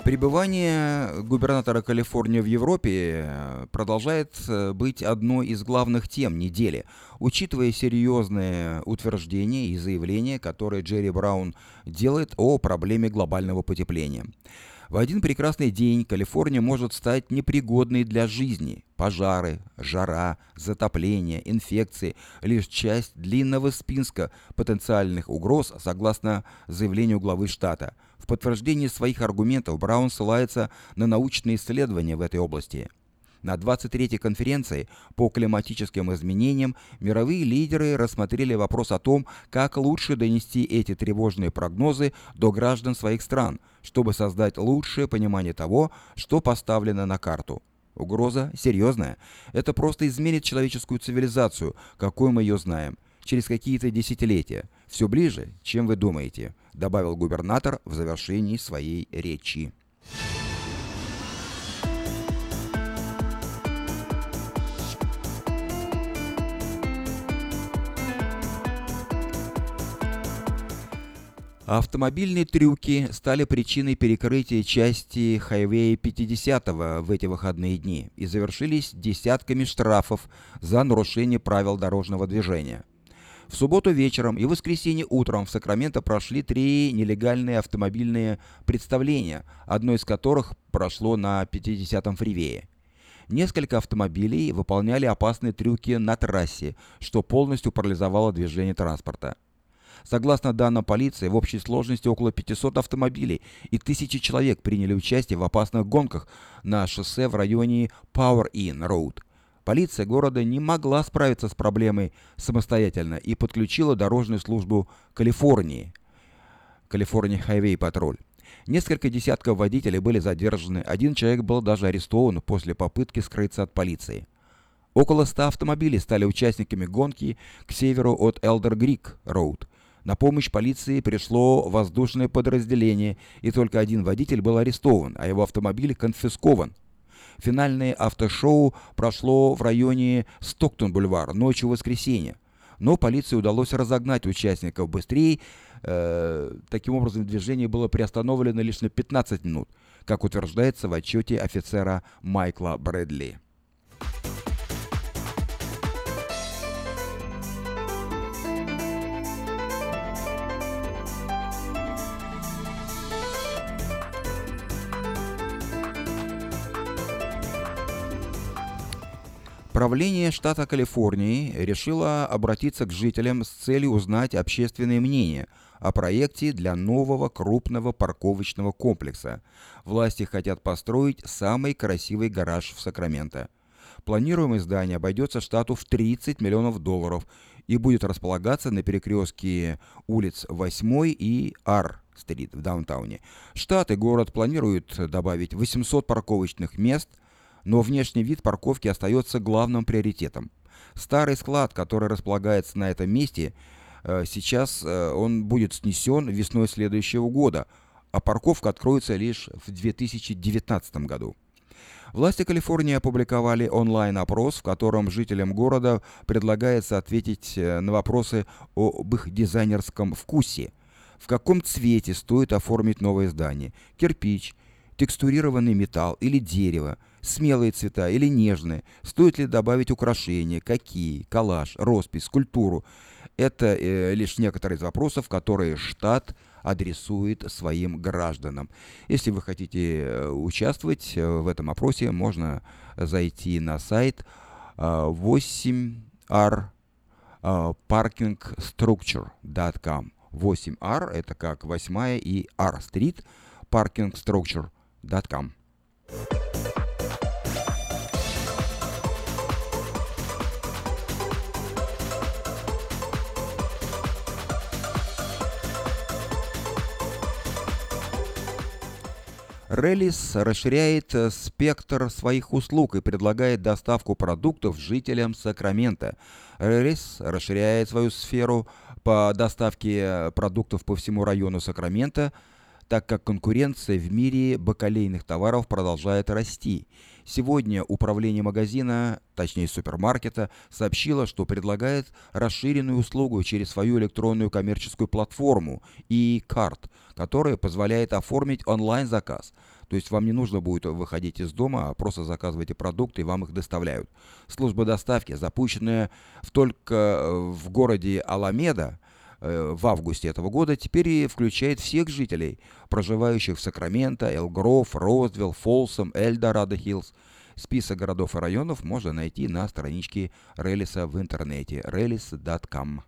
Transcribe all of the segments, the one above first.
Пребывание губернатора Калифорнии в Европе продолжает быть одной из главных тем недели, учитывая серьезные утверждения и заявления, которые Джерри Браун делает о проблеме глобального потепления. В один прекрасный день Калифорния может стать непригодной для жизни. Пожары, жара, затопление, инфекции– лишь часть длинного списка потенциальных угроз, согласно заявлению главы штата. В подтверждение своих аргументов Браун ссылается на научные исследования в этой области. На 23-й конференции по климатическим изменениям мировые лидеры рассмотрели вопрос о том, как лучше донести эти тревожные прогнозы до граждан своих стран, чтобы создать лучшее понимание того, что поставлено на карту. Угроза серьезная. Это просто изменит человеческую цивилизацию, какой мы ее знаем, через какие-то десятилетия. Все ближе, чем вы думаете, добавил губернатор в завершении своей речи. Автомобильные трюки стали причиной перекрытия части Хайвея 50-го в эти выходные дни и завершились десятками штрафов за нарушение правил дорожного движения. В субботу вечером и воскресенье утром в Сакраменто прошли 3 нелегальные автомобильные представления, одно из которых прошло на 50-м фривее. Несколько автомобилей выполняли опасные трюки на трассе, что полностью парализовало движение транспорта. Согласно данным полиции, в общей сложности около 500 автомобилей и тысячи человек приняли участие в опасных гонках на шоссе в районе Power Inn Road. Полиция города не могла справиться с проблемой самостоятельно и подключила дорожную службу Калифорнии, California Highway Patrol. Несколько десятков водителей были задержаны, один человек был даже арестован после попытки скрыться от полиции. Около 100 автомобилей стали участниками гонки к северу от Elder Creek Road. На помощь полиции пришло воздушное подразделение, и только один водитель был арестован, а его автомобиль конфискован. Финальное автошоу прошло в районе Стоктон-бульвар ночью в воскресенье, но полиции удалось разогнать участников быстрее. Таким образом, движение было приостановлено лишь на 15 минут, как утверждается в отчете офицера Майкла Брэдли. Правление штата Калифорнии решило обратиться к жителям с целью узнать общественное мнение о проекте для нового крупного парковочного комплекса. Власти хотят построить самый красивый гараж в Сакраменто. Планируемое здание обойдется штату в $30 миллионов и будет располагаться на перекрестке улиц 8 и Ар-стрит в даунтауне. Штат и город планируют добавить 800 парковочных мест, но внешний вид парковки остается главным приоритетом. Старый склад, который располагается на этом месте, сейчас он будет снесен весной следующего года, а парковка откроется лишь в 2019 году. Власти Калифорнии опубликовали онлайн-опрос, в котором жителям города предлагается ответить на вопросы об их дизайнерском вкусе. В каком цвете стоит оформить новое здание? Кирпич, текстурированный металл или дерево? Смелые цвета или нежные? Стоит ли добавить украшения? Какие? Коллаж, роспись, скульптуру? Это лишь некоторые из вопросов, которые штат адресует своим гражданам. Если вы хотите участвовать в этом опросе, можно зайти на сайт 8rparkingstructure.com. 8R – это как 8 и R-стрит, parkingstructure.com. Релис расширяет спектр своих услуг и предлагает доставку продуктов жителям Сакрамента. Релис расширяет свою сферу по доставке продуктов по всему району Сакрамента, так как конкуренция в мире бакалейных товаров продолжает расти. Сегодня управление магазина, точнее супермаркета, сообщило, что предлагает расширенную услугу через свою электронную коммерческую платформу e-Cart, которая позволяет оформить онлайн-заказ. То есть вам не нужно будет выходить из дома, а просто заказываете продукты и вам их доставляют. Служба доставки, запущенная только в городе Аламеда в августе этого года, теперь и включает всех жителей, проживающих в Сакраменто, Элл-Гров, Розвилл, Фолсом, Эльдорадо-Хиллз. Список городов и районов можно найти на страничке Релиса в интернете relis.com.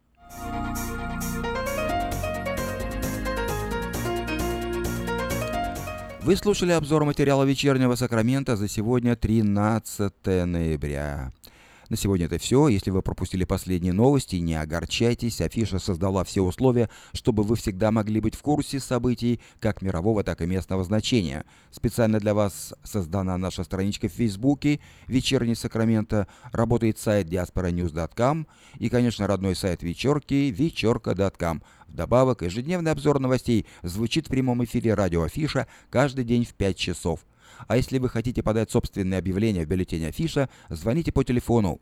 Вы слушали обзор материала «Вечернего Сакрамента» за сегодня, 13 ноября. На сегодня это все. Если вы пропустили последние новости, не огорчайтесь. Афиша создала все условия, чтобы вы всегда могли быть в курсе событий как мирового, так и местного значения. Специально для вас создана наша страничка в Фейсбуке «Вечерний Сакраменто», работает сайт diasporanews.com и, конечно, родной сайт вечерки вечерка.com. Вдобавок, ежедневный обзор новостей звучит в прямом эфире радио Афиша каждый день в 5 часов. А если вы хотите подать собственное объявление в бюллетене Афиша, звоните по телефону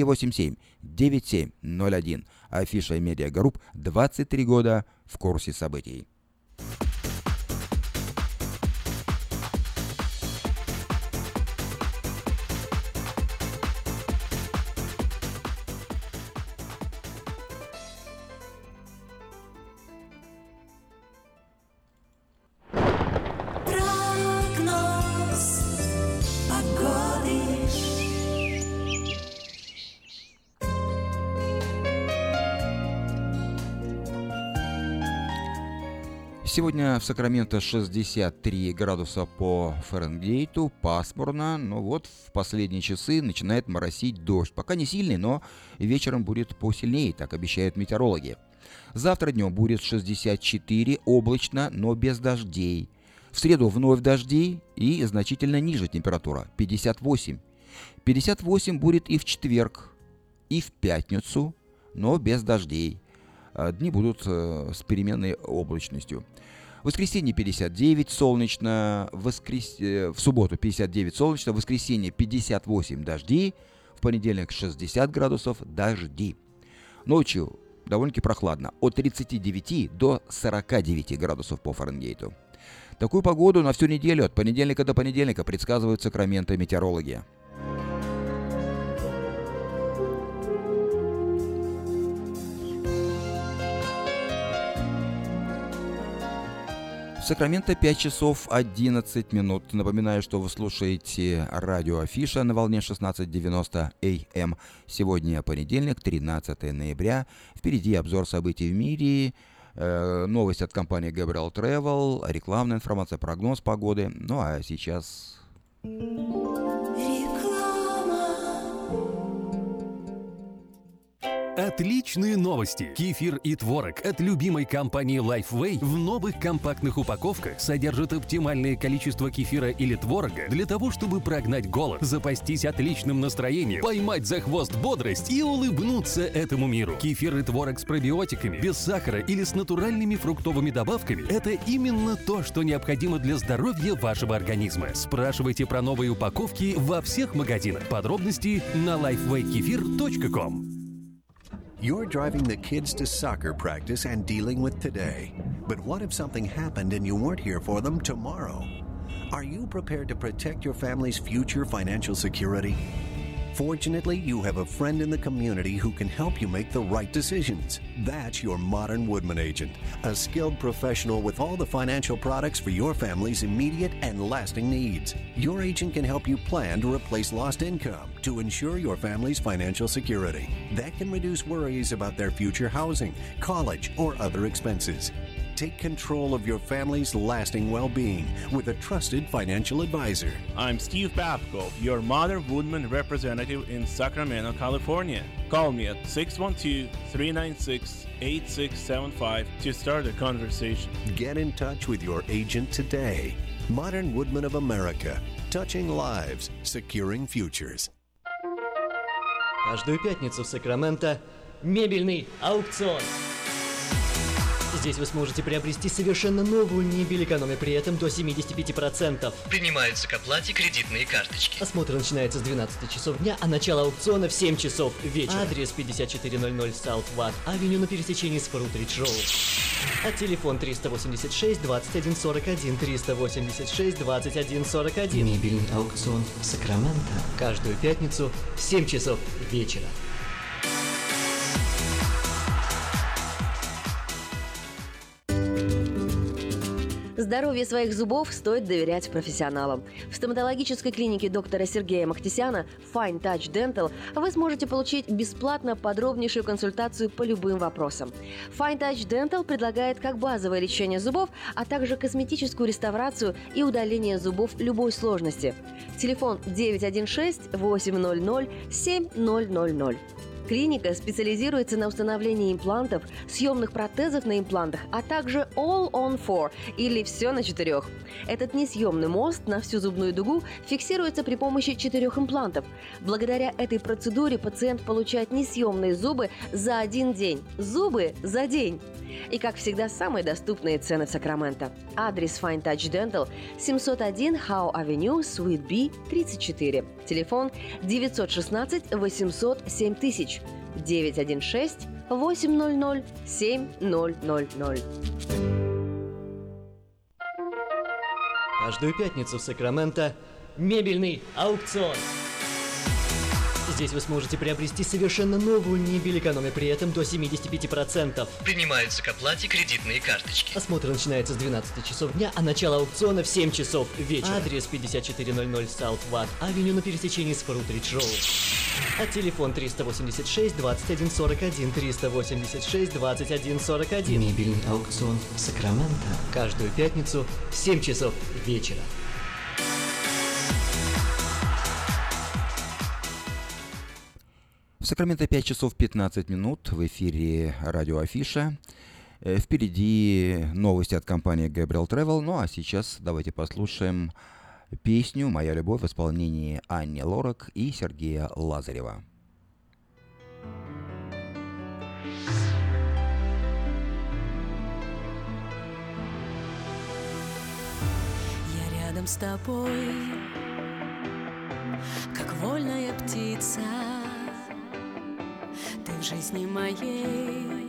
487-9701. Афиша Медиа Групп 23 года в курсе событий. Сегодня в Сакраменто 63 градуса по Фаренгейту, пасмурно, но вот в последние часы начинает моросить дождь. Пока не сильный, но вечером будет посильнее, так обещают метеорологи. Завтра днем будет 64, облачно, но без дождей. В среду вновь дожди и значительно ниже температура, 58. 58 будет и в четверг, и в пятницу, но без дождей. Дни будут с переменной облачностью. В воскресенье 59 солнечно, в субботу 59 солнечно, в воскресенье 58 дожди, в понедельник 60 градусов дожди. Ночью довольно-таки прохладно, от 39 до 49 градусов по Фаренгейту. Такую погоду на всю неделю, от понедельника до понедельника, предсказывают Сакраменто метеорологи. В Сакраменто 5 часов 11 минут. Напоминаю, что вы слушаете радио Афиша на волне 1690 АМ. Сегодня понедельник, 13 ноября. Впереди обзор событий в мире, новость от компании Gabriel Travel, рекламная информация, прогноз погоды. Ну а сейчас... Отличные новости! Кефир и творог от любимой компании Lifeway в новых компактных упаковках содержат оптимальное количество кефира или творога для того, чтобы прогнать голод, запастись отличным настроением, поймать за хвост бодрость и улыбнуться этому миру. Кефир и творог с пробиотиками, без сахара или с натуральными фруктовыми добавками – это именно то, что необходимо для здоровья вашего организма. Спрашивайте про новые упаковки во всех магазинах. Подробности на lifewaykefir.com. You're driving the kids to soccer practice and dealing with today. But what if something happened and you weren't here for them tomorrow? Are you prepared to protect your family's future financial security? Fortunately, you have a friend in the community who can help you make the right decisions. That's your Modern Woodman agent, a skilled professional with all the financial products for your family's immediate and lasting needs. Your agent can help you plan to replace lost income to ensure your family's financial security. That can reduce worries about their future housing, college, or other expenses. Take control of your family's lasting well-being with a trusted financial advisor. I'm Steve Babkov, your Modern Woodman representative in Sacramento, California. Call me at 612-396-8675 to start a conversation. Get in touch with your agent today. Modern Woodman of America. Touching lives, securing futures. Каждую пятницу в Сакраменто мебельный аукцион. Здесь вы сможете приобрести совершенно новую мебель, экономя при этом до 75%. Принимаются к оплате кредитные карточки. Осмотр начинается с 12 часов дня, а начало аукциона в 7 часов вечера. Адрес 5400 South Watt Avenue на пересечении с Фрутридж Роуд. А телефон 386 21 41 386 21 41. Мебельный аукцион Сакраменто. Каждую пятницу в 7 часов вечера. Здоровью своих зубов стоит доверять профессионалам. В стоматологической клинике доктора Сергея Махтисяна Fine Touch Dental вы сможете получить бесплатно подробнейшую консультацию по любым вопросам. Fine Touch Dental предлагает как базовое лечение зубов, а также косметическую реставрацию и удаление зубов любой сложности. Телефон 916-800-7000. Клиника специализируется на установлении имплантов, съемных протезов на имплантах, а также All on 4 или «Все на 4». Этот несъемный мост на всю зубную дугу фиксируется при помощи 4 имплантов. Благодаря этой процедуре пациент получает несъемные зубы за один день. Зубы за день! И, как всегда, самые доступные цены в Сакраменто. Адрес Fine Touch Dental 701 Howe Avenue, Suite B, 34. Телефон 916-800-7000. 916-800-7000. Каждую пятницу в Сакраменто мебельный аукцион. Здесь вы сможете приобрести совершенно новую мебель, экономя при этом до 75%. Принимаются к оплате кредитные карточки. Осмотр начинается с 12 часов дня, а начало аукциона в 7 часов вечера. Адрес 5400 South Watt Avenue на пересечении с Фрутридж Роуд. А телефон 386 21 41 386 21 41. Мебельный аукцион Сакраменто. Каждую пятницу в 7 часов вечера. В Сакраменто 5 часов 15 минут, в эфире радио Афиша. Впереди новости от компании Gabriel Travel. Ну а сейчас давайте послушаем песню «Моя любовь» в исполнении Анни Лорак и Сергея Лазарева. Я рядом с тобой, как вольная птица. Ты в жизни моей,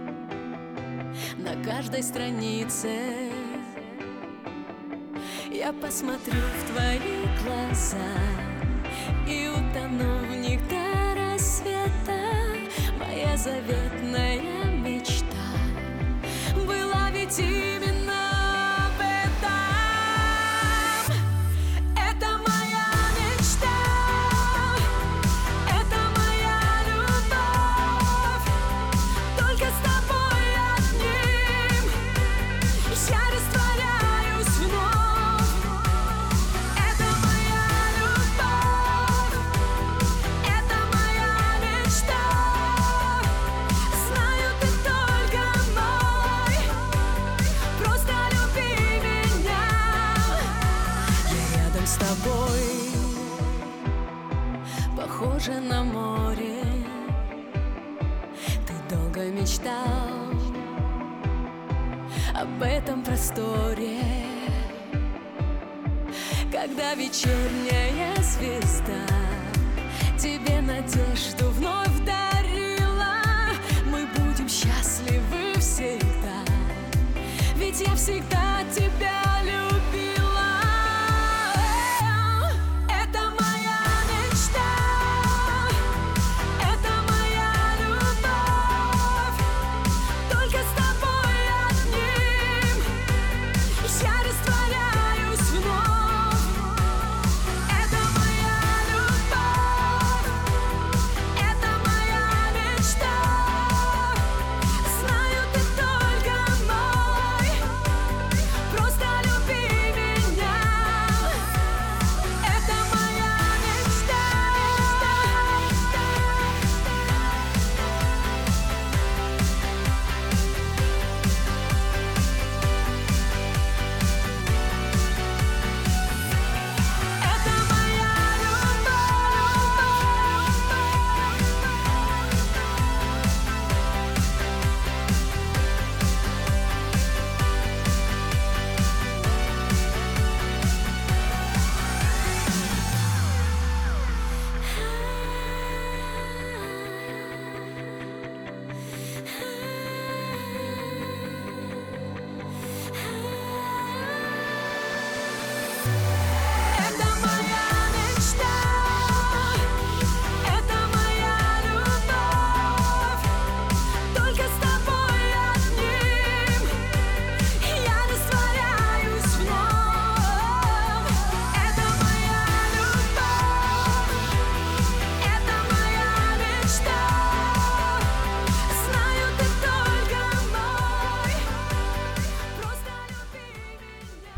на каждой странице. Я посмотрю в твои глаза и утону в них до рассвета. Моя заветная мечта была ведь именно об этом. Это моя мечта, это моя любовь. Только с тобой одним я растворяюсь вновь. Это моя любовь, это моя мечта. Знаю, ты только мой, просто люби меня. Я рядом с тобой, похоже на море. Ты долго мечтал об этом просторе, когда вечерняя звезда тебе надежду вновь дарила. Мы будем счастливы всегда, ведь я всегда тебя любила. Это моя мечта, это моя любовь. Только с тобой одним я растворяюсь вновь. Это моя любовь, это моя мечта. Знаю, ты только мой,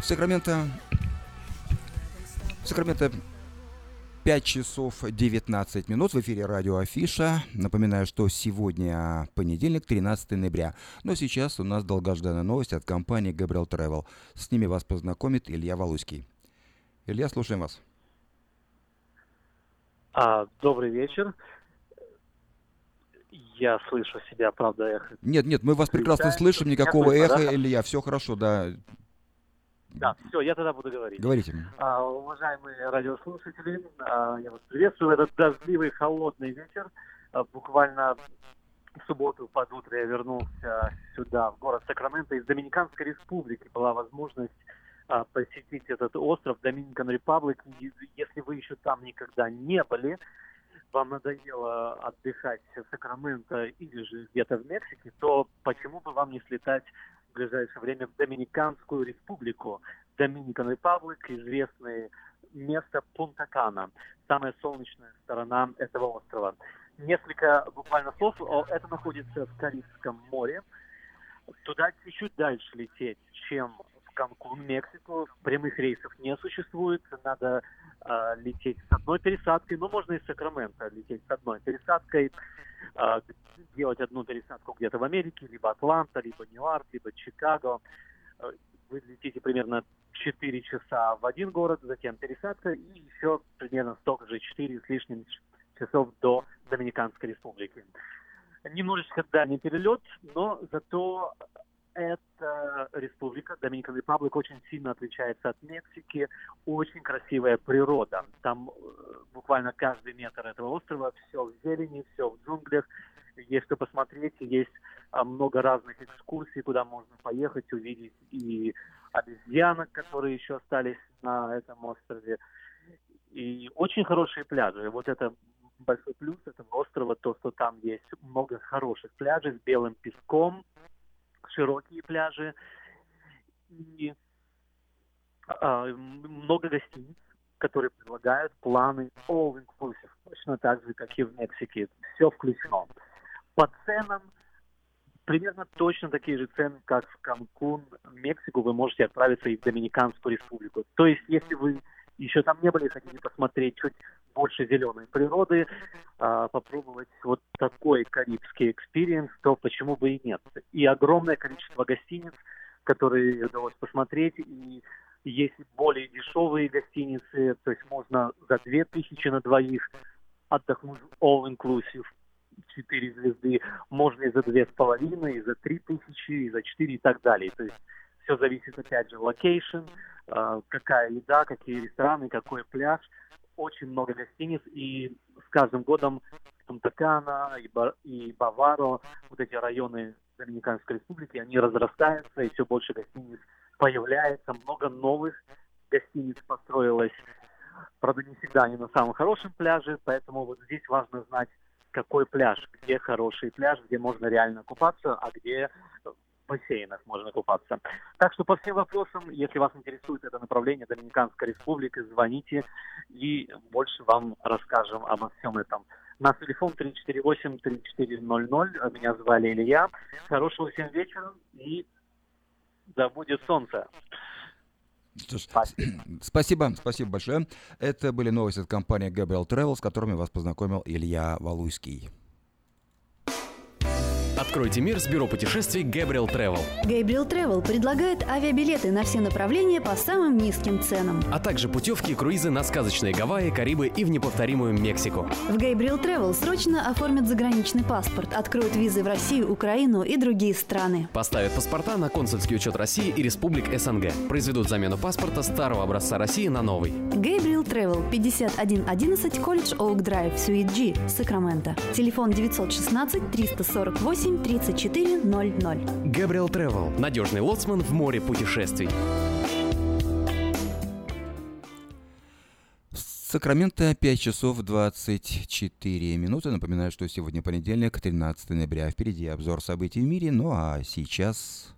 Сакраменто 5 часов 19 минут. В эфире радио Афиша. Напоминаю, что сегодня понедельник, 13 ноября. Но сейчас у нас долгожданная новость от компании Gabriel Travel. С ними вас познакомит Илья Валуйский. Илья, слушаем вас. Добрый вечер. Я слышу себя, правда, эхо. Нет, мы вас прекрасно слышим, никакого эха, Илья, все хорошо, да. Да, все, я тогда буду говорить. Говорите. Уважаемые радиослушатели, я вас приветствую. Этот дождливый, холодный вечер. Буквально в субботу под утро я вернулся сюда, в город Сакраменто. Из Доминиканской Республики была возможность посетить этот остров, Dominican Republic. Если вы еще там никогда не были, вам надоело отдыхать в Сакраменто или же где-то в Мексике, то почему бы вам не слетать в ближайшее время в Доминиканскую Республику? Dominican Republic, известное место Пунта-Кана, самая солнечная сторона этого острова. Несколько буквально слов. Это находится в Карибском море. Туда чуть-чуть дальше лететь, чем в Канкун, Мексику. Прямых рейсов не существует. Надо лететь с одной пересадкой. Но можно и с Сакраменто лететь с одной пересадкой. Делать одну пересадку где-то в Америке, либо Атланта, либо Нью-Йорк, либо Чикаго. Вы летите примерно 4 часа в один город, затем пересадка, и еще примерно столько же, 4 с лишним часов до Доминиканской Республики. Немножечко дальний перелет, но зато эта республика, Dominican Republic, очень сильно отличается от Мексики. Очень красивая природа. Там буквально каждый метр этого острова все в зелени, все в джунглях. Есть что посмотреть, есть много разных экскурсий, куда можно поехать, увидеть и обезьянок, которые еще остались на этом острове. И очень хорошие пляжи. Вот это большой плюс этого острова, то, что там есть много хороших пляжей с белым песком, широкие пляжи и много гостиниц, которые предлагают планы all-inclusive, точно так же, как и в Мексике. Все включено. По ценам примерно точно такие же цены, как в Канкун, Мексику, вы можете отправиться и в Доминиканскую Республику. То есть, если вы еще там не были, хотите посмотреть чуть больше зеленой природы, попробовать вот такой карибский экспириенс, то почему бы и нет. И огромное количество гостиниц, которые удалось посмотреть, и есть более дешевые гостиницы, то есть можно за 2000 на двоих отдохнуть all-inclusive, 4 звезды, можно и за 2500, и за 3000, и за 4 и так далее. То есть все зависит, опять же, локейшн, какая еда, какие рестораны, какой пляж. Очень много гостиниц, и с каждым годом Пунта-Кана и Баваро, вот эти районы Доминиканской Республики, они разрастаются, и все больше гостиниц появляется, много новых гостиниц построилось. Правда, не всегда они на самом хорошем пляже, поэтому вот здесь важно знать, какой пляж, где хороший пляж, где можно реально купаться, а где в бассейнах можно купаться. Так что по всем вопросам, если вас интересует это направление Доминиканской Республики, звоните, и больше вам расскажем обо всем этом. На телефон 348-3400. Меня звали Илья. Хорошего всем вечера, и да будет солнце. Что ж, спасибо большое. Это были новости от компании Gabriel Travel, с которыми вас познакомил Илья Валуйский. Откройте мир с бюро путешествий Gabriel Travel. Gabriel Travel предлагает авиабилеты на все направления по самым низким ценам, А также путевки и круизы на сказочные Гавайи, Карибы и в неповторимую Мексику. В Gabriel Travel срочно оформят заграничный паспорт, откроют визы в Россию, Украину и другие страны. Поставят паспорта на консульский учет России и республик СНГ. Произведут замену паспорта старого образца России на новый. Gabriel Travel, 5111 College Oak Drive, Suite G, Сакраменто. Телефон 916-348-3400. Gabriel Travel. Надежный лоцман в море путешествий. Сакраменто, 5 часов 24 минуты. Напоминаю, что сегодня понедельник, 13 ноября. Впереди обзор событий в мире. Ну а сейчас...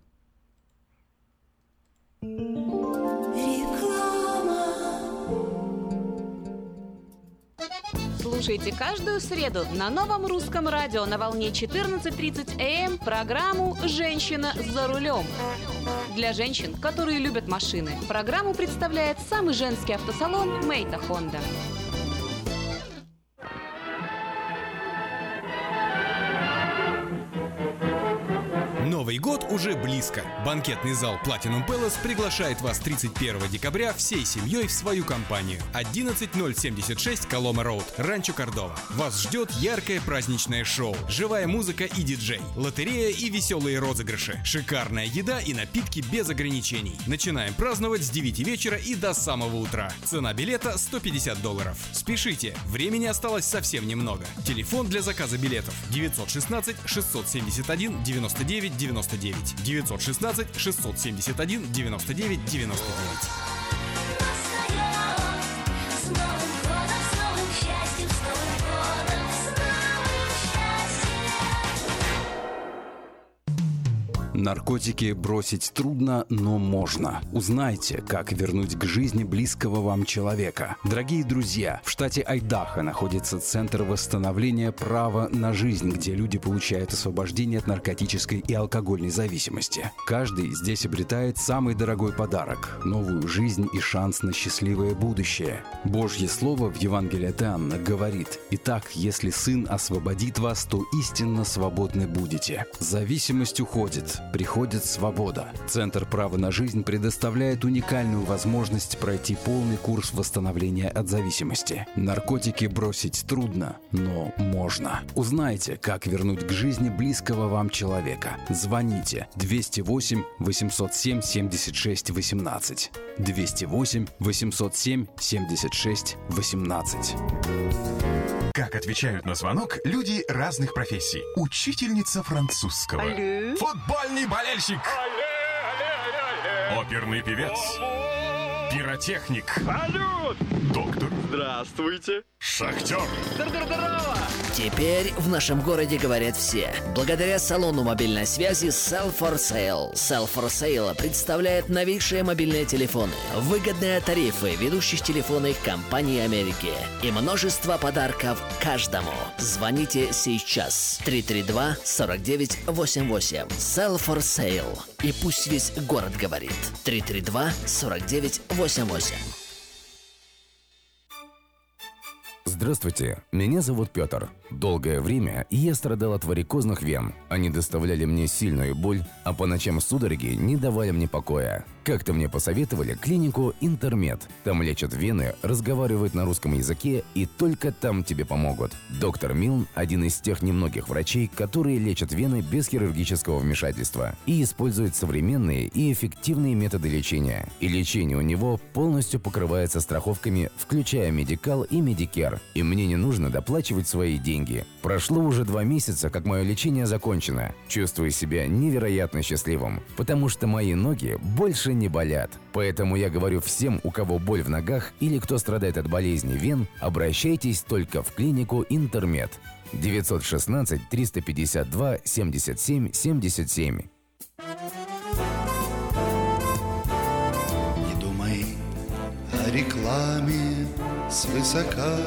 Слушайте каждую среду на новом русском радио на волне 14:30 АМ программу «Женщина за рулем». Для женщин, которые любят машины, программу представляет самый женский автосалон Мейта Хонда. Новый год уже близко. Банкетный зал Platinum Palace приглашает вас 31 декабря всей семьей в свою компанию. 11076 Колома Роуд, Ранчо Кордова. Вас ждет яркое праздничное шоу, живая музыка и диджей, лотерея и веселые розыгрыши, шикарная еда и напитки без ограничений. Начинаем праздновать с 9 вечера и до самого утра. Цена билета $150. Спешите, времени осталось совсем немного. Телефон для заказа билетов 916 671 99 99 916 671 99 99. Наркотики бросить трудно, но можно. Узнайте, как вернуть к жизни близкого вам человека. Дорогие друзья, в штате Айдахо находится Центр восстановления права на жизнь, где люди получают освобождение от наркотической и алкогольной зависимости. Каждый здесь обретает самый дорогой подарок – новую жизнь и шанс на счастливое будущее. Божье Слово в Евангелии от Иоанна говорит: «Итак, если Сын освободит вас, то истинно свободны будете». Зависимость уходит. Приходит свобода. Центр права на жизнь предоставляет уникальную возможность пройти полный курс восстановления от зависимости. Наркотики бросить трудно, но можно. Узнайте, как вернуть к жизни близкого вам человека. Звоните 208 807 76 18. 208 807 76 18. Как отвечают на звонок люди разных профессий. Учительница французского. Алле. Футбольный болельщик. Оперный певец. Пиротехник. Салют! Доктор. Здравствуйте. Шахтер. Здорово! Теперь в нашем городе говорят все. Благодаря салону мобильной связи Sell for Sale. Sell for Sale представляет новейшие мобильные телефоны, выгодные тарифы ведущих телефонных компаний Америки и множество подарков каждому. Звоните сейчас. 332-4988. Sell for Sale. И пусть весь город говорит. 332-4988. Здравствуйте, меня зовут Петр. Долгое время я страдал от варикозных вен. Они доставляли мне сильную боль, а по ночам судороги не давали мне покоя. Как-то мне посоветовали клинику Интермед. Там лечат вены, разговаривают на русском языке и только там тебе помогут. Доктор Милн – один из тех немногих врачей, которые лечат вены без хирургического вмешательства и используют современные и эффективные методы лечения. И лечение у него полностью покрывается страховками, включая Медикал и Медикер. И мне не нужно доплачивать свои деньги. Прошло уже 2 месяца, как мое лечение закончено. Чувствую себя невероятно счастливым, потому что мои ноги больше не болят. Поэтому я говорю всем, у кого боль в ногах или кто страдает от болезни вен, обращайтесь только в клинику Интермед. 916 352 77 77. Не думай о рекламе свысока,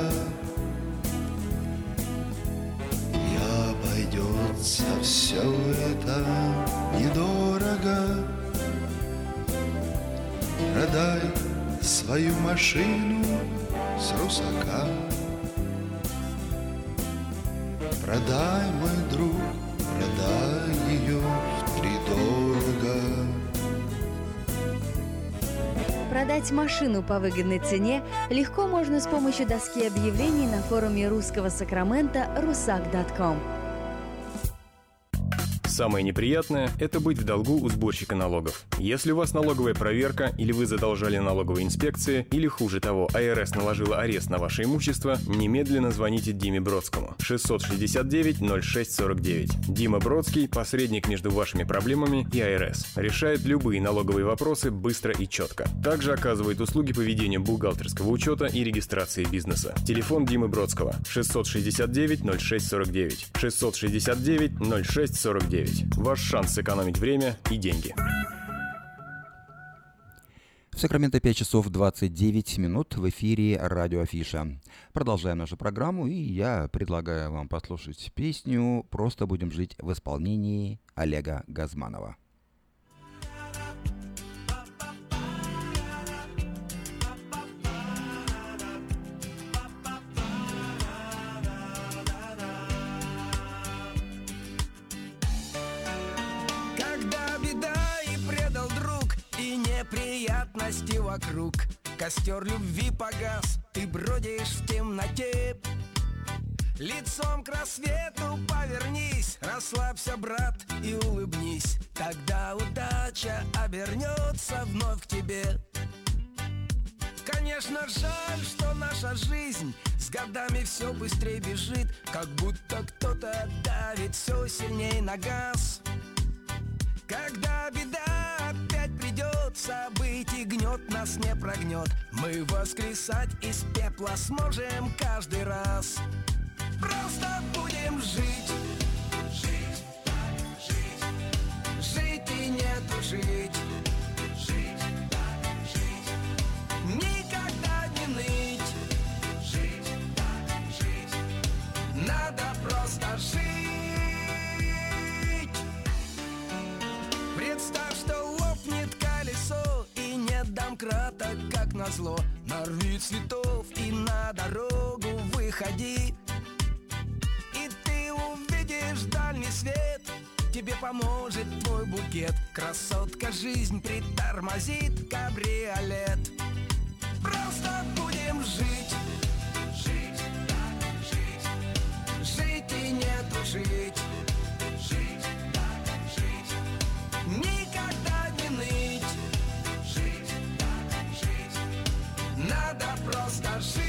и обойдется все это недорого. Продай свою машину с русака. Продай, мой друг, продай ее втридорого. Продать машину по выгодной цене легко можно с помощью доски объявлений на форуме русского Сакрамента rusak.com. Самое неприятное – это быть в долгу у сборщика налогов. Если у вас налоговая проверка, или вы задолжали налоговой инспекции, или хуже того, АРС наложила арест на ваше имущество, немедленно звоните Диме Бродскому. 669-0649. Дима Бродский – посредник между вашими проблемами и АРС. Решает любые налоговые вопросы быстро и четко. Также оказывает услуги по ведению бухгалтерского учета и регистрации бизнеса. Телефон Димы Бродского – 669-0649. 669-0649. Ваш шанс сэкономить время и деньги. В Сакраменто 5 часов 29 минут, в эфире радио Афиша. Продолжаем нашу программу, и я предлагаю вам послушать песню «Просто будем жить» в исполнении Олега Газманова. вокруг, костер любви погас, ты бродишь в темноте. Лицом к рассвету повернись, расслабься, брат, и улыбнись. Тогда удача обернется вновь к тебе. Конечно, жаль, что наша жизнь с годами все быстрее бежит, как будто кто-то давит все сильнее на газ. Когда беда опять придет, событий гнет, нас не прогнет. Мы воскресать из пепла сможем каждый раз. Просто будем жить, жить, так, жить, жить и не тужить, жить, так, жить, никогда не ныть, жить, так, жить, надо просто жить. Представь, что лопнет колесо и нет домкрата, как назло. Нарви цветов и на дорогу выходи. И ты увидишь дальний свет, тебе поможет твой букет. Красотка жизнь притормозит кабриолет. Просто будем жить, жить, так, жить, жить и не тужить, жить, так, жить, никогда не ныть, жить, так, жить, надо просто жить.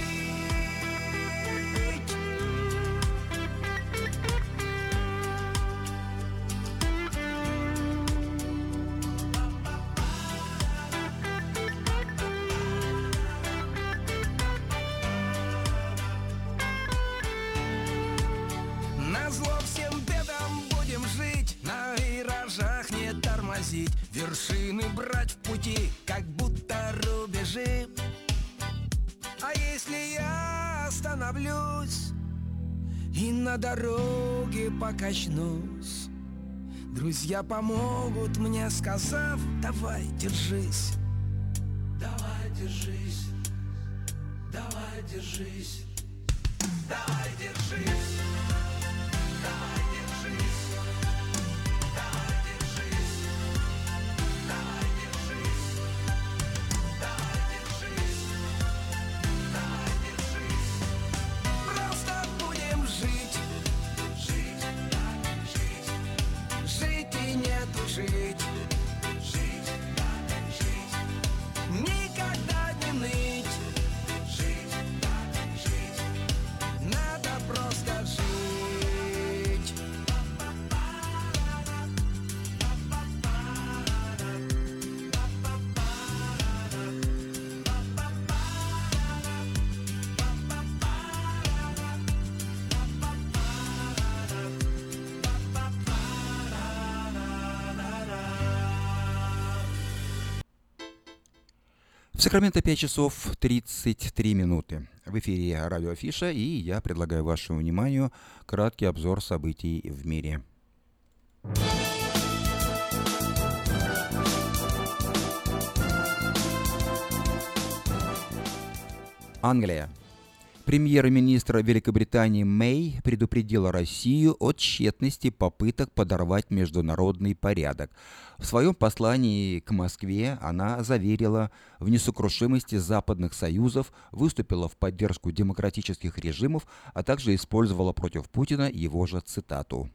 Назло всем бедам будем жить, на виражах не тормозить, вершины брать в пути, как будто рубежи. А если я остановлюсь и на дороге покачнусь, друзья помогут мне, сказав: давай, держись, давай, держись, давай, держись, давай, держись. Давай, держись, давай, держись, давай, держись, давай, держись, давай, держись. Просто будем жить, жить, так, жить, жить и не тужить, жить, так, жить, никогда не ныть, жить, так, жить, надо просто жить. В Сакраменто 5 часов 33 минуты. В эфире радио Афиша, и я предлагаю вашему вниманию краткий обзор событий в мире. Англия. Премьер-министр Великобритании Мэй предупредила Россию о тщетности попыток подорвать международный порядок. В своем послании к Москве она заверила в несокрушимости западных союзов, выступила в поддержку демократических режимов, а также использовала против Путина его же цитату.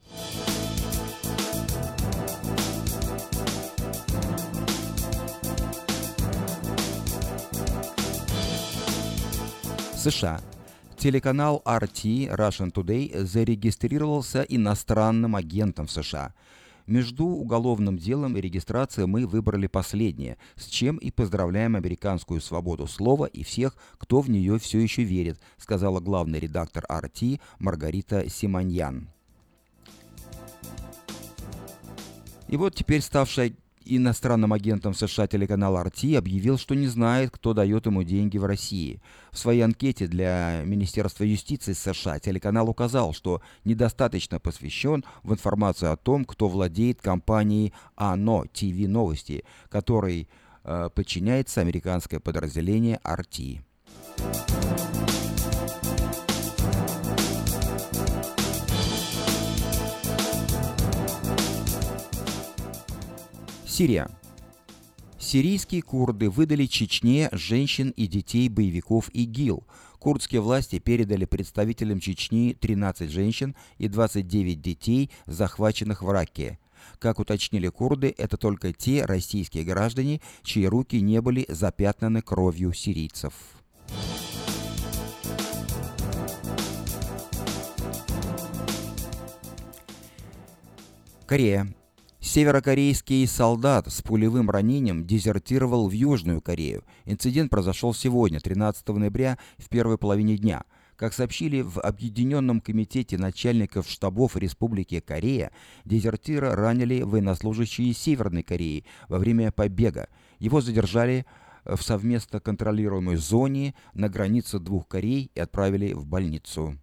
США. Телеканал RT Russian Today зарегистрировался иностранным агентом в США. Между уголовным делом и регистрацией мы выбрали последнее, с чем и поздравляем американскую свободу слова и всех, кто в нее все еще верит, сказала главный редактор RT Маргарита Симоньян. И вот теперь ставшая иностранным агентом США телеканал RT объявил, что не знает, кто дает ему деньги в России. В своей анкете для Министерства юстиции США телеканал указал, что недостаточно посвящен в информацию о том, кто владеет компанией ANO TV Новости, которой подчиняется американское подразделение RT. Сирия. Сирийские курды выдали Чечне женщин и детей боевиков ИГИЛ. Курдские власти передали представителям Чечни 13 женщин и 29 детей, захваченных в Раке. Как уточнили курды, это только те российские граждане, чьи руки не были запятнаны кровью сирийцев. Корея. Северокорейский солдат с пулевым ранением дезертировал в Южную Корею. Инцидент произошел сегодня, 13 ноября, в первой половине дня. Как сообщили в Объединенном комитете начальников штабов Республики Корея, дезертира ранили военнослужащие Северной Кореи во время побега. Его задержали в совместно контролируемой зоне на границе двух Корей и отправили в больницу.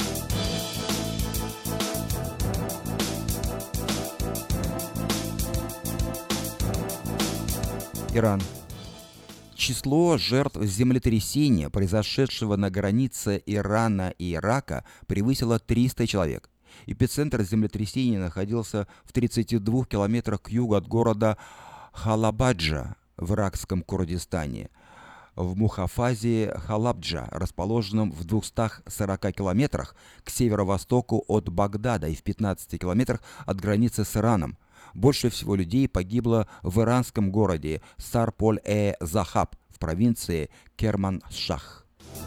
Иран. Число жертв землетрясения, произошедшего на границе Ирана и Ирака, превысило 300 человек. Эпицентр землетрясения находился в 32 километрах к югу от города Халабаджа в иракском Курдистане, в Мухафазе Халабджа, расположенном в 240 километрах к северо-востоку от Багдада и в 15 километрах от границы с Ираном. Больше всего людей погибло в иранском городе Сар-Поль-Захаб в провинции Керманшах.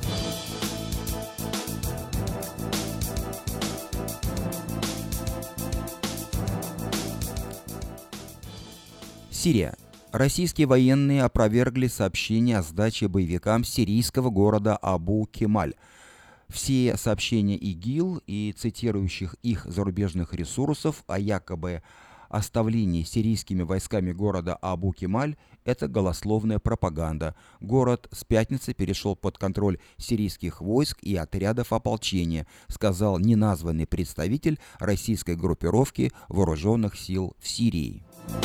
Сирия. Российские военные опровергли сообщение о сдаче боевикам сирийского города Абу-Кемаль. Все сообщения ИГИЛ и цитирующих их зарубежных ресурсов о якобы оставлении сирийскими войсками города Абу-Кемаль – это голословная пропаганда. Город с пятницы перешел под контроль сирийских войск и отрядов ополчения, сказал неназванный представитель российской группировки вооруженных сил в Сирии.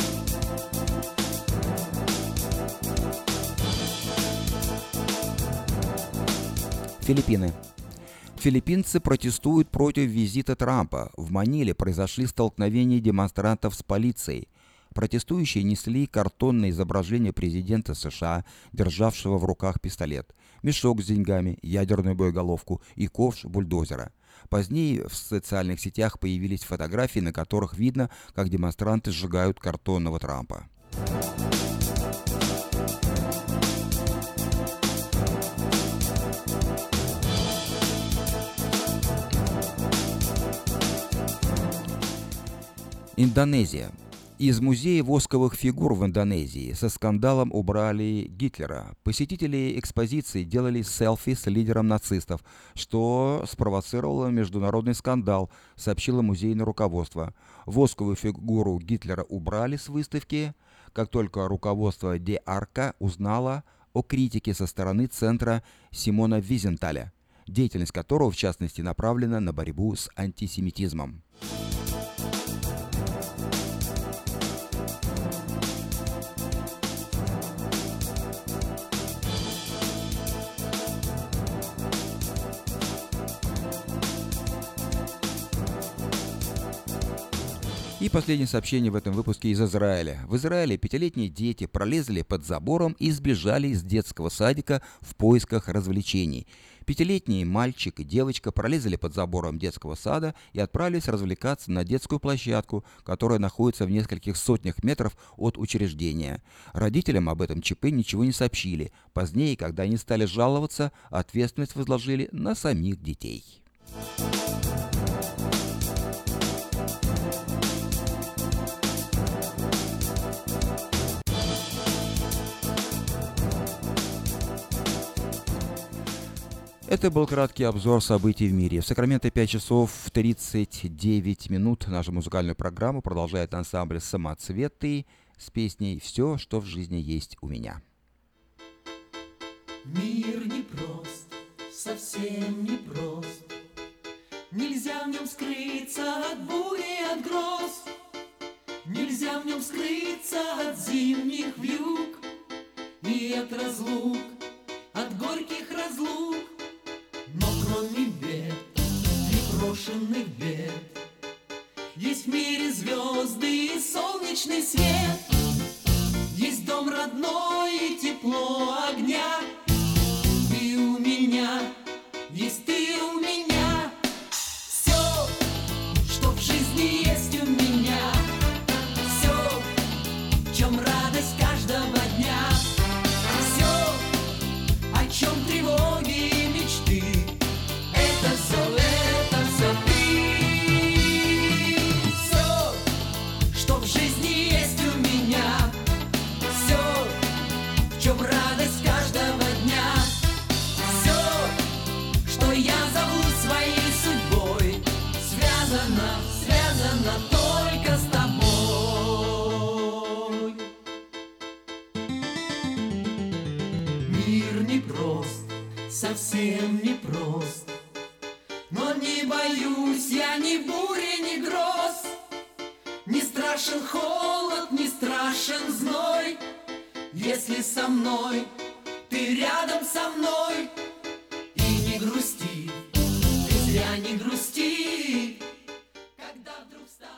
Филиппины. Филиппинцы протестуют против визита Трампа. В Маниле произошли столкновения демонстрантов с полицией. Протестующие несли картонное изображение президента США, державшего в руках пистолет, мешок с деньгами, ядерную боеголовку и ковш бульдозера. Позднее в социальных сетях появились фотографии, на которых видно, как демонстранты сжигают картонного Трампа. Индонезия. Из музея восковых фигур в Индонезии со скандалом убрали Гитлера. Посетители экспозиции делали селфи с лидером нацистов, что спровоцировало международный скандал, сообщило музейное руководство. Восковую фигуру Гитлера убрали с выставки, как только руководство Де Арка узнало о критике со стороны центра Симона Визенталя, деятельность которого, в частности, направлена на борьбу с антисемитизмом. И последнее сообщение в этом выпуске из Израиля. В Израиле 5-летние дети пролезли под забором и сбежали из детского садика в поисках развлечений. 5-летний мальчик и девочка пролезли под забором детского сада и отправились развлекаться на детскую площадку, которая находится в нескольких сотнях метров от учреждения. Родителям об этом ЧП ничего не сообщили. Позднее, когда они стали жаловаться, ответственность возложили на самих детей. Это был краткий обзор событий в мире. В Сакраменто 5 часов 39 минут. Нашу музыкальную программу продолжает ансамбль «Самоцветы» с песней «Все, что в жизни есть у меня». Мир непрост, совсем непрост. Нельзя в нем скрыться от бури, от гроз. Нельзя в нем скрыться от зимних вьюг и от разлук, от горьких разлук. Но кроме бед, непрошенных бед, есть в мире звезды и солнечный свет. Есть дом родной. совсем непрост. Но не боюсь я ни бури, ни гроз. Не страшен холод, не страшен зной. Если со мной, ты рядом со мной. И не грусти, ты зря не грусти, когда вдруг станет.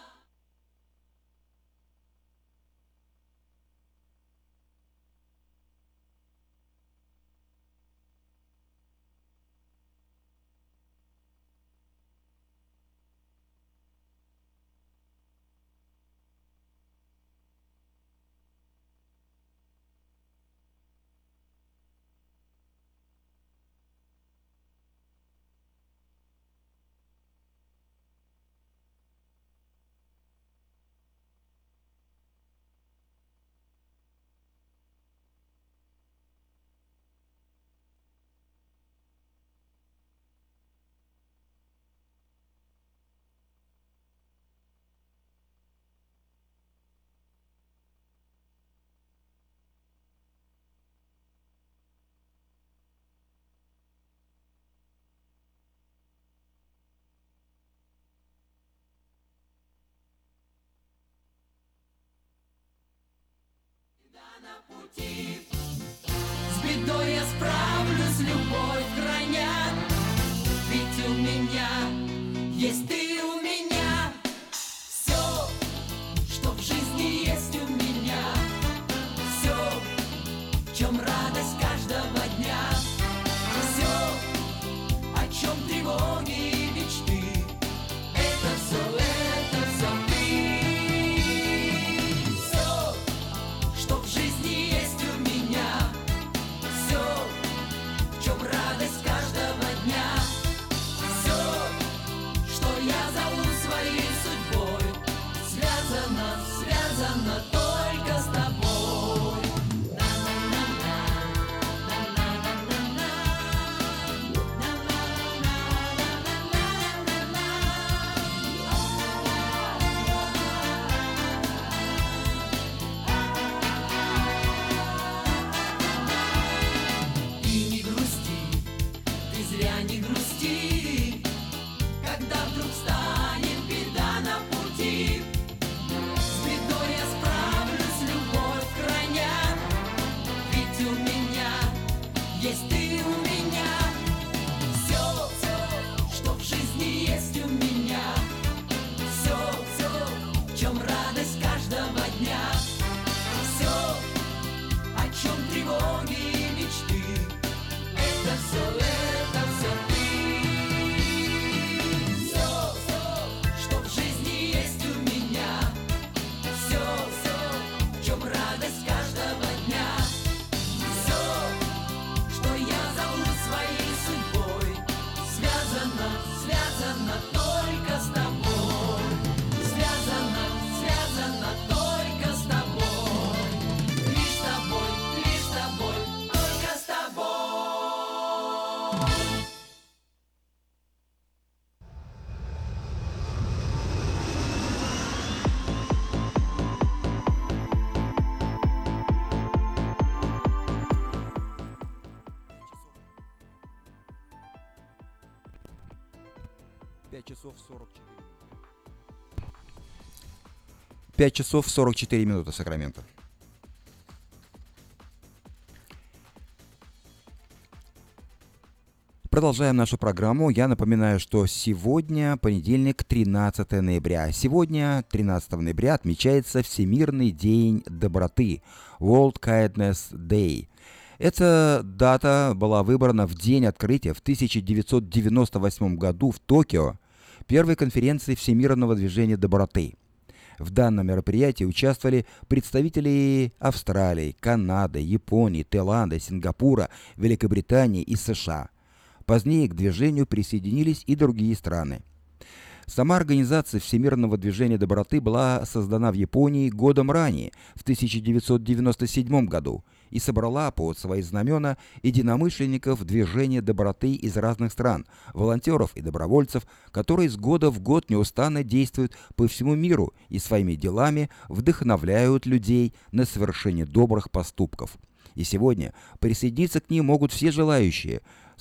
С бедой я справлюсь, любовь храня. Ведь у меня есть ты, у меня все, что в жизни есть у меня. Все, в чем радость каждого дня. Все, о чем тревоги и мечты. Это все ты. Пять часов 44 минуты, Сакраменто. Продолжаем нашу программу. Я напоминаю, что сегодня понедельник, 13 ноября. Сегодня, 13 ноября, отмечается Всемирный день доброты, World Kindness Day. Эта дата была выбрана в день открытия в 1998 году в Токио первой конференции Всемирного движения доброты. В данном мероприятии участвовали представители Австралии, Канады, Японии, Таиланда, Сингапура, Великобритании и США. Позднее к движению присоединились и другие страны. Сама организация Всемирного движения доброты была создана в Японии годом ранее, в 1997 году, и собрала под свои знамена единомышленников движения доброты из разных стран, волонтеров и добровольцев, которые с года в год неустанно действуют по всему миру и своими делами вдохновляют людей на совершение добрых поступков. И сегодня присоединиться к ним могут все желающие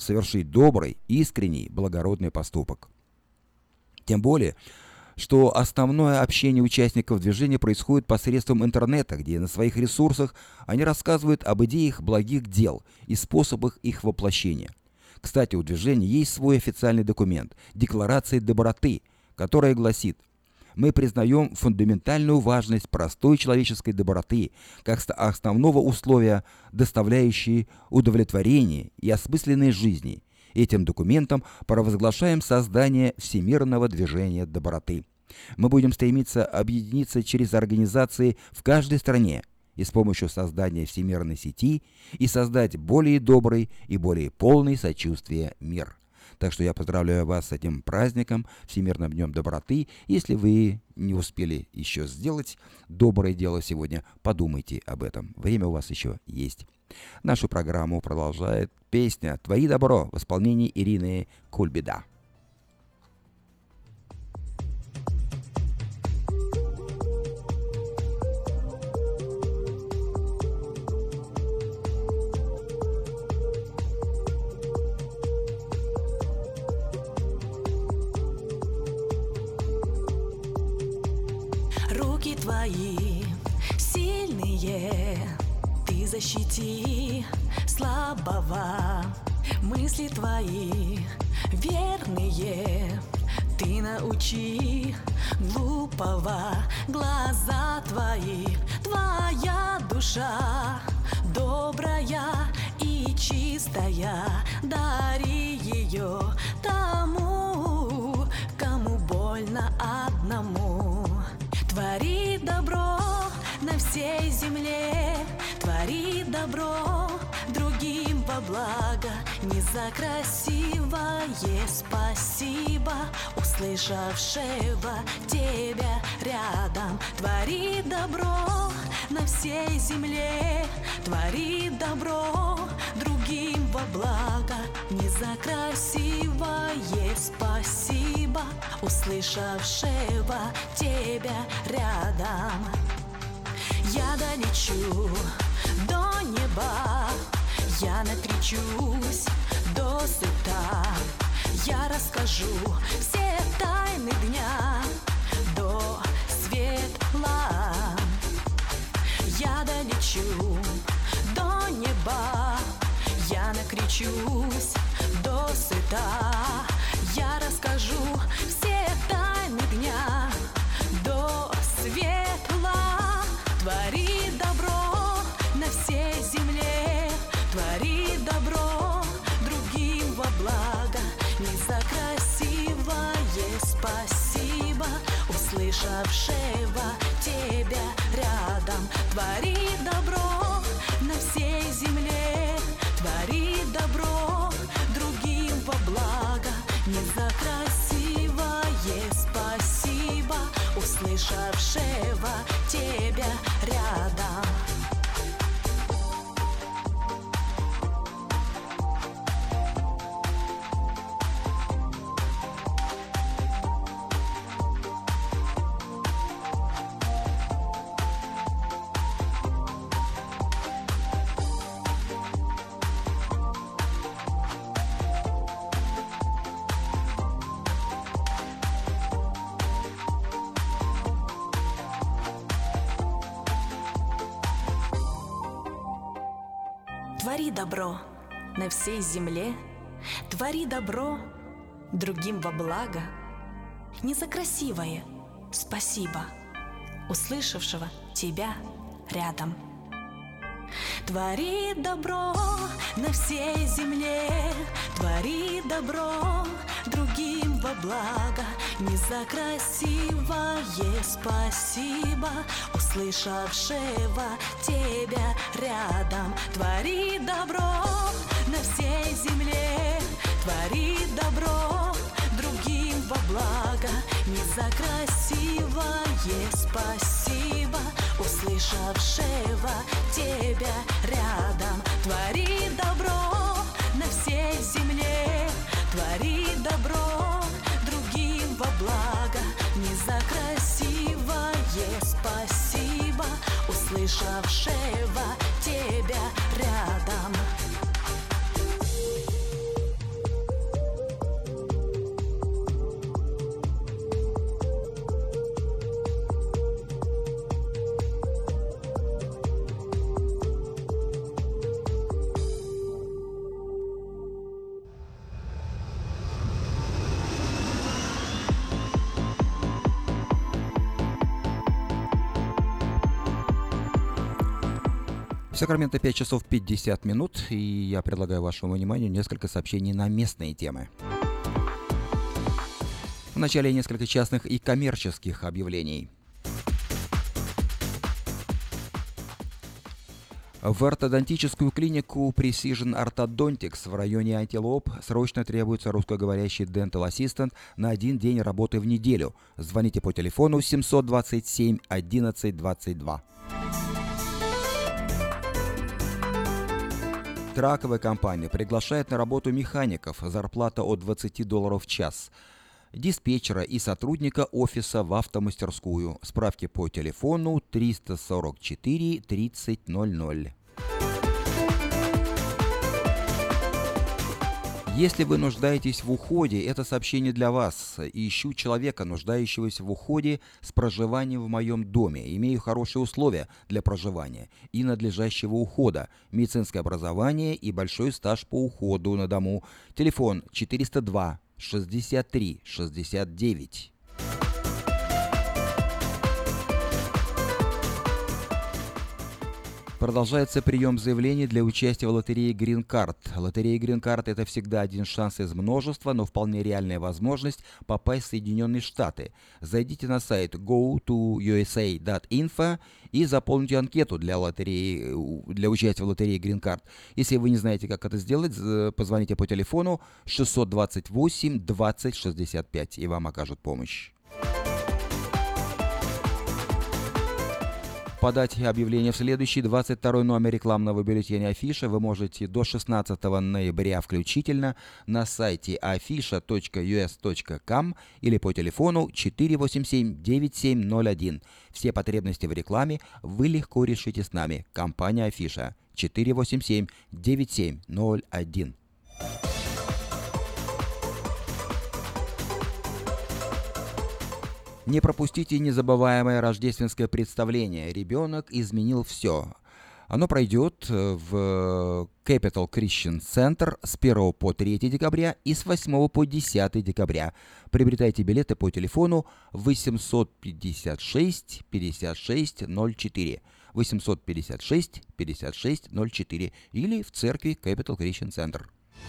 совершить добрый, искренний, благородный поступок. Тем более, что основное общение участников движения происходит посредством интернета, где на своих ресурсах они рассказывают об идеях благих дел и способах их воплощения. Кстати, у движения есть свой официальный документ – Декларация доброты, которая гласит: «Мы признаем фундаментальную важность простой человеческой доброты как основного условия, доставляющей удовлетворение и осмысленной жизни. Этим документом провозглашаем создание всемирного движения доброты. Мы будем стремиться объединиться через организации в каждой стране и с помощью создания всемирной сети и создать более добрый и более полный сочувствия мир». Так что я поздравляю вас с этим праздником, Всемирным днем доброты. Если вы не успели еще сделать доброе дело сегодня, подумайте об этом. Время у вас еще есть. Нашу программу продолжает песня «Твори добро» в исполнении Ирины Кульбида. Руки твои сильные, ты защити слабого. Мысли твои верные, ты научи глупого. Глаза твои, твоя душа добрая и чистая. Дари ее тому, кому больно одному. Твори добро на всей земле, твори добро другим во благо. Не за красивое спасибо услышавшего тебя рядом. Твори добро на всей земле, твори добро другим во благо. Не за красивое спасибо услышавшего тебя рядом. Я долечу до неба, я накричусь досыта. Я расскажу все тайны дня до светла. Я долечу до неба, я накричусь досыта. Я расскажу все тайны дня до светла. Твори добро на всей земле, твори добро другим во благо. Не за красивое спасибо услышавшего тебя рядом. Твори добро на всей земле, твори добро другим во благо. Не за красивое спасибо услышавшего тебя рядом. Твори добро на всей земле, твори добро другим во благо. Не за красивое спасибо услышавшего тебя рядом. Твори добро на всей земле, твори добро другим во благо. Не за красивое спасибо услышавшего тебя рядом. Твори добро на всей земле, твори добро другим во благо. Не за красивое спасибо услышавшего тебя рядом. Твори добро на всей земле, твори добро другим во благо. Не за красивое спасибо услышавшего тебя рядом. Сакраменто 5 часов 50 минут, и я предлагаю вашему вниманию несколько сообщений на местные темы. Вначале несколько частных и коммерческих объявлений. В ортодонтическую клинику Precision Orthodontics в районе Антилоп срочно требуется русскоговорящий Dental Assistant на 1 день работы в неделю. Звоните по телефону 727 11 22. Траковая компания приглашает на работу механиков, зарплата от $20 в час, диспетчера и сотрудника офиса в автомастерскую. Справки по телефону 344 3000. Если вы нуждаетесь в уходе, это сообщение для вас. Ищу человека, нуждающегося в уходе с проживанием в моем доме. Имею хорошие условия для проживания и надлежащего ухода, медицинское образование и большой стаж по уходу на дому. Телефон 402 63 69. Продолжается прием заявлений для участия в лотерее Green Card. Лотерея Green Card – это всегда один шанс из множества, но вполне реальная возможность попасть в Соединенные Штаты. Зайдите на сайт go2usa.info и заполните анкету для участия в лотерее Green Card. Если вы не знаете, как это сделать, позвоните по телефону 628 20 65, и вам окажут помощь. Подать объявление в следующий 22 номер рекламного бюллетеня Афиша вы можете до 16 ноября включительно на сайте afisha.us.com или по телефону 487-9701. Все потребности в рекламе вы легко решите с нами. Компания Афиша 487-9701. Не пропустите незабываемое рождественское представление «Ребенок изменил все». Оно пройдет в Capital Christian Center с 1 по 3 декабря и с 8 по 10 декабря. Приобретайте билеты по телефону 856 56 04, 856 56 04 или в церкви Capital Christian Center.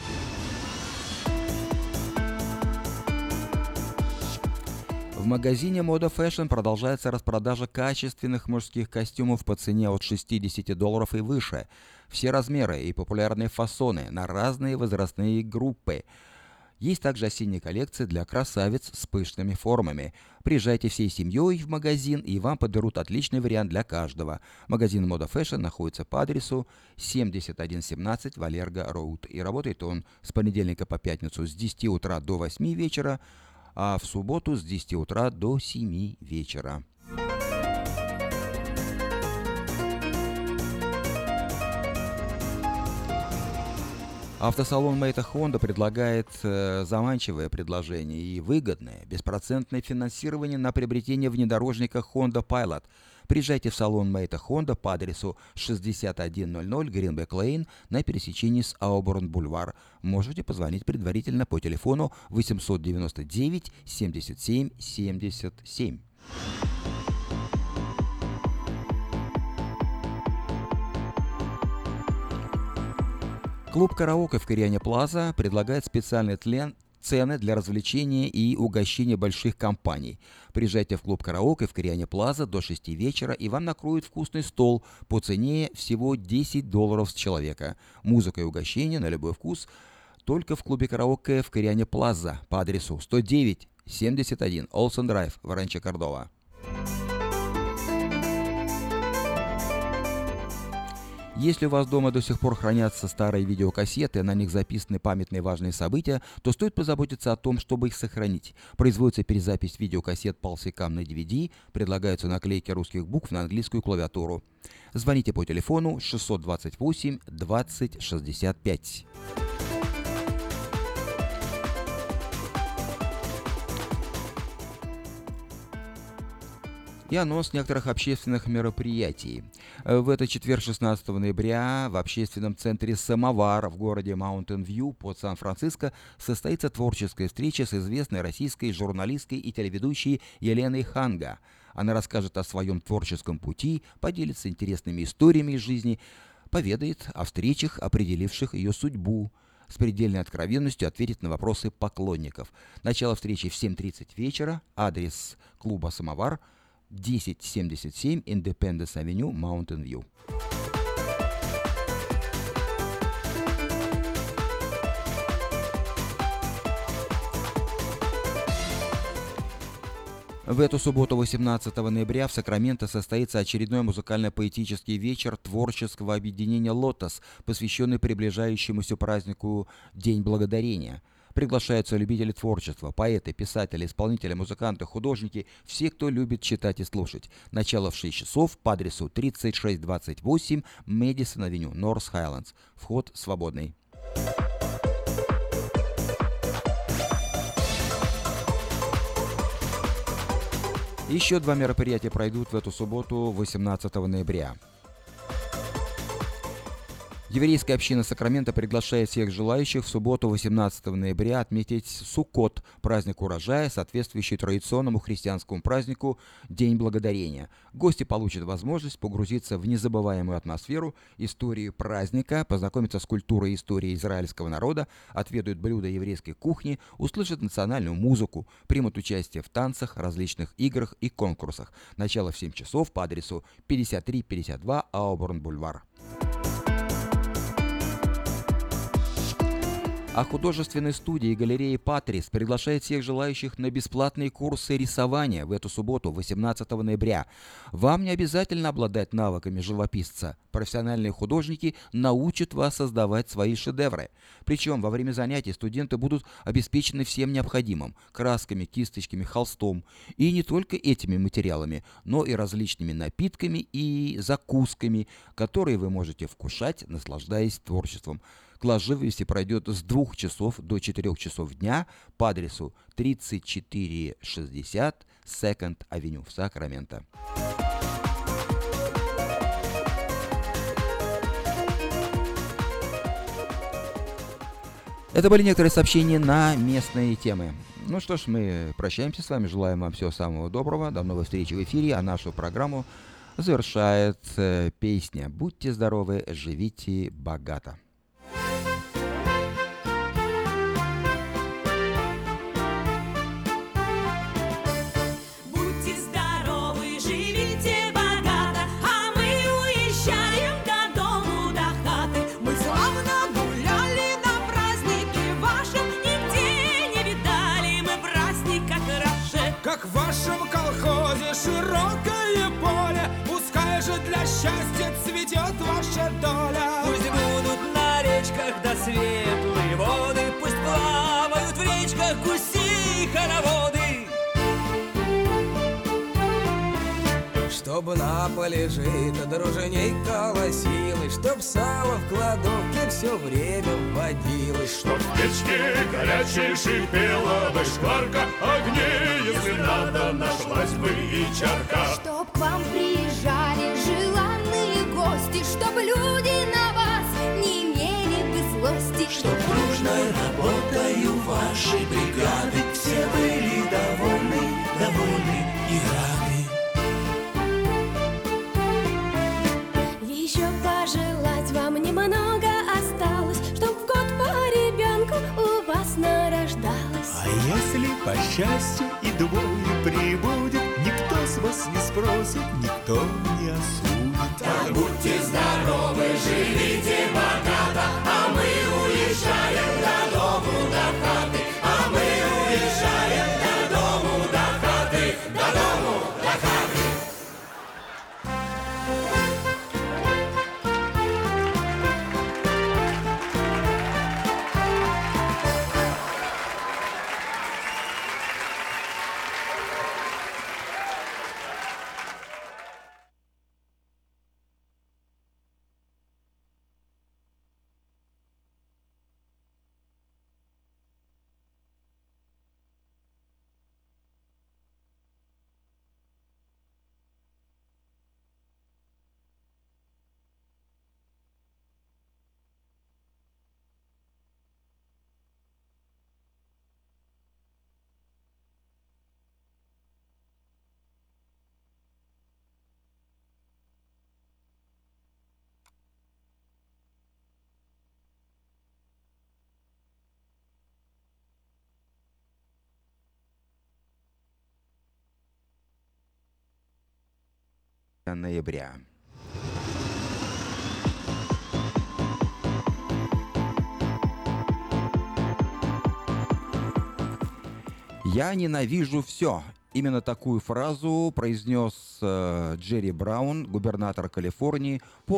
В магазине Moda Fashion продолжается распродажа качественных мужских костюмов по цене от $60 и выше. Все размеры и популярные фасоны на разные возрастные группы. Есть также осенняя коллекция для красавиц с пышными формами. Приезжайте всей семьей в магазин, и вам подберут отличный вариант для каждого. Магазин Moda Fashion находится по адресу 7117 Валерго Роуд. И работает он с понедельника по пятницу с 10 утра до 8 вечера, а в субботу с 10 утра до 7 вечера. Автосалон Мэйта Хонда предлагает заманчивое предложение и выгодное беспроцентное финансирование на приобретение внедорожника Honda Pilot. Приезжайте в салон Мэйта Хонда по адресу 6100 Гринбек Лейн на пересечении с Ауборн-Бульвар. Можете позвонить предварительно по телефону 899 77 77. Клуб «Караоке» в Кориане Плаза предлагает специальный цены для развлечения и угощения больших компаний. Приезжайте в клуб «Караоке» в Кориане Плаза до 6 вечера, и вам накроют вкусный стол по цене всего $10 с человека. Музыка и угощение на любой вкус только в клубе «Караоке» в Кориане Плаза по адресу 109-71 Олсен Драйв в Ранчо Кордова. Если у вас дома до сих пор хранятся старые видеокассеты, на них записаны памятные важные события, то стоит позаботиться о том, чтобы их сохранить. Производится перезапись видеокассет полсекам на DVD, предлагаются наклейки русских букв на английскую клавиатуру. Звоните по телефону 628 20 65. И анонс некоторых общественных мероприятий. В этот четверг, 16 ноября, в общественном центре «Самовар» в городе Маунтин-Вью под Сан-Франциско состоится творческая встреча с известной российской журналисткой и телеведущей Еленой Ханга. Она расскажет о своем творческом пути, поделится интересными историями из жизни, поведает о встречах, определивших ее судьбу, с предельной откровенностью ответит на вопросы поклонников. Начало встречи в 7:30 вечера, адрес клуба «Самовар», 1077 Independence Avenue, Mountain View. В эту субботу, 18 ноября, в Сакраменто состоится очередной музыкально-поэтический вечер творческого объединения «Лотос», посвященный приближающемуся празднику День Благодарения. Приглашаются любители творчества, поэты, писатели, исполнители, музыканты, художники, все, кто любит читать и слушать. Начало в 6 часов по адресу 3628 Мэдисон-авеню, Норс Хайлендс. Вход свободный. Еще 2 мероприятия пройдут в эту субботу, 18 ноября. Еврейская община Сакрамента приглашает всех желающих в субботу, 18 ноября, отметить Суккот, праздник урожая, соответствующий традиционному христианскому празднику День Благодарения. Гости получат возможность погрузиться в незабываемую атмосферу истории праздника, познакомиться с культурой и историей израильского народа, отведают блюда еврейской кухни, услышат национальную музыку, примут участие в танцах, различных играх и конкурсах. Начало в 7 часов по адресу 5352 Ауборн-Бульвар. А художественной студии галереи «Патрис» приглашает всех желающих на бесплатные курсы рисования в эту субботу, 18 ноября. Вам не обязательно обладать навыками живописца. Профессиональные художники научат вас создавать свои шедевры. Причем во время занятий студенты будут обеспечены всем необходимым – красками, кисточками, холстом. И не только этими материалами, но и различными напитками и закусками, которые вы можете вкушать, наслаждаясь творчеством. Класс живописи пройдет с 2 часов до 4 часов дня по адресу 3460 Second Avenue в Сакраменто. Это были некоторые сообщения на местные темы. Ну что ж, мы прощаемся с вами, желаем вам всего самого доброго, до новой встречи в эфире, а нашу программу завершает песня «Будьте здоровы, живите богато». Как в вашем колхозе широкое поле, пускай же для счастья цветет ваша доля. Пусть будут на речках до светлые воды, пусть плавают в речках гуси и хороводы. Чтоб на поле жито дружней колосилось, чтоб сало в кладовке все время водилось, чтоб в печке горячей шипела бы шкварка огней, если надо, нашлась бы и чарка. Чтоб к вам приезжали желанные гости, чтоб люди на вас не имели бы злости, Чтоб дружной работою вашей бригады все были довольны и рады. Еще пожелать вам немного осталось, чтоб в год по ребенку у вас нарождалось. А если по счастью и двое прибудет, никто с вас не спросит, никто не осудит. Так будьте здоровы, живите богато, а мы уезжаем до дому, до хаты, а мы уезжаем до дому, до хаты, до дому, до хаты. ноября. «Я ненавижу все». Именно такую фразу произнес Джерри Браун, губернатор Калифорнии,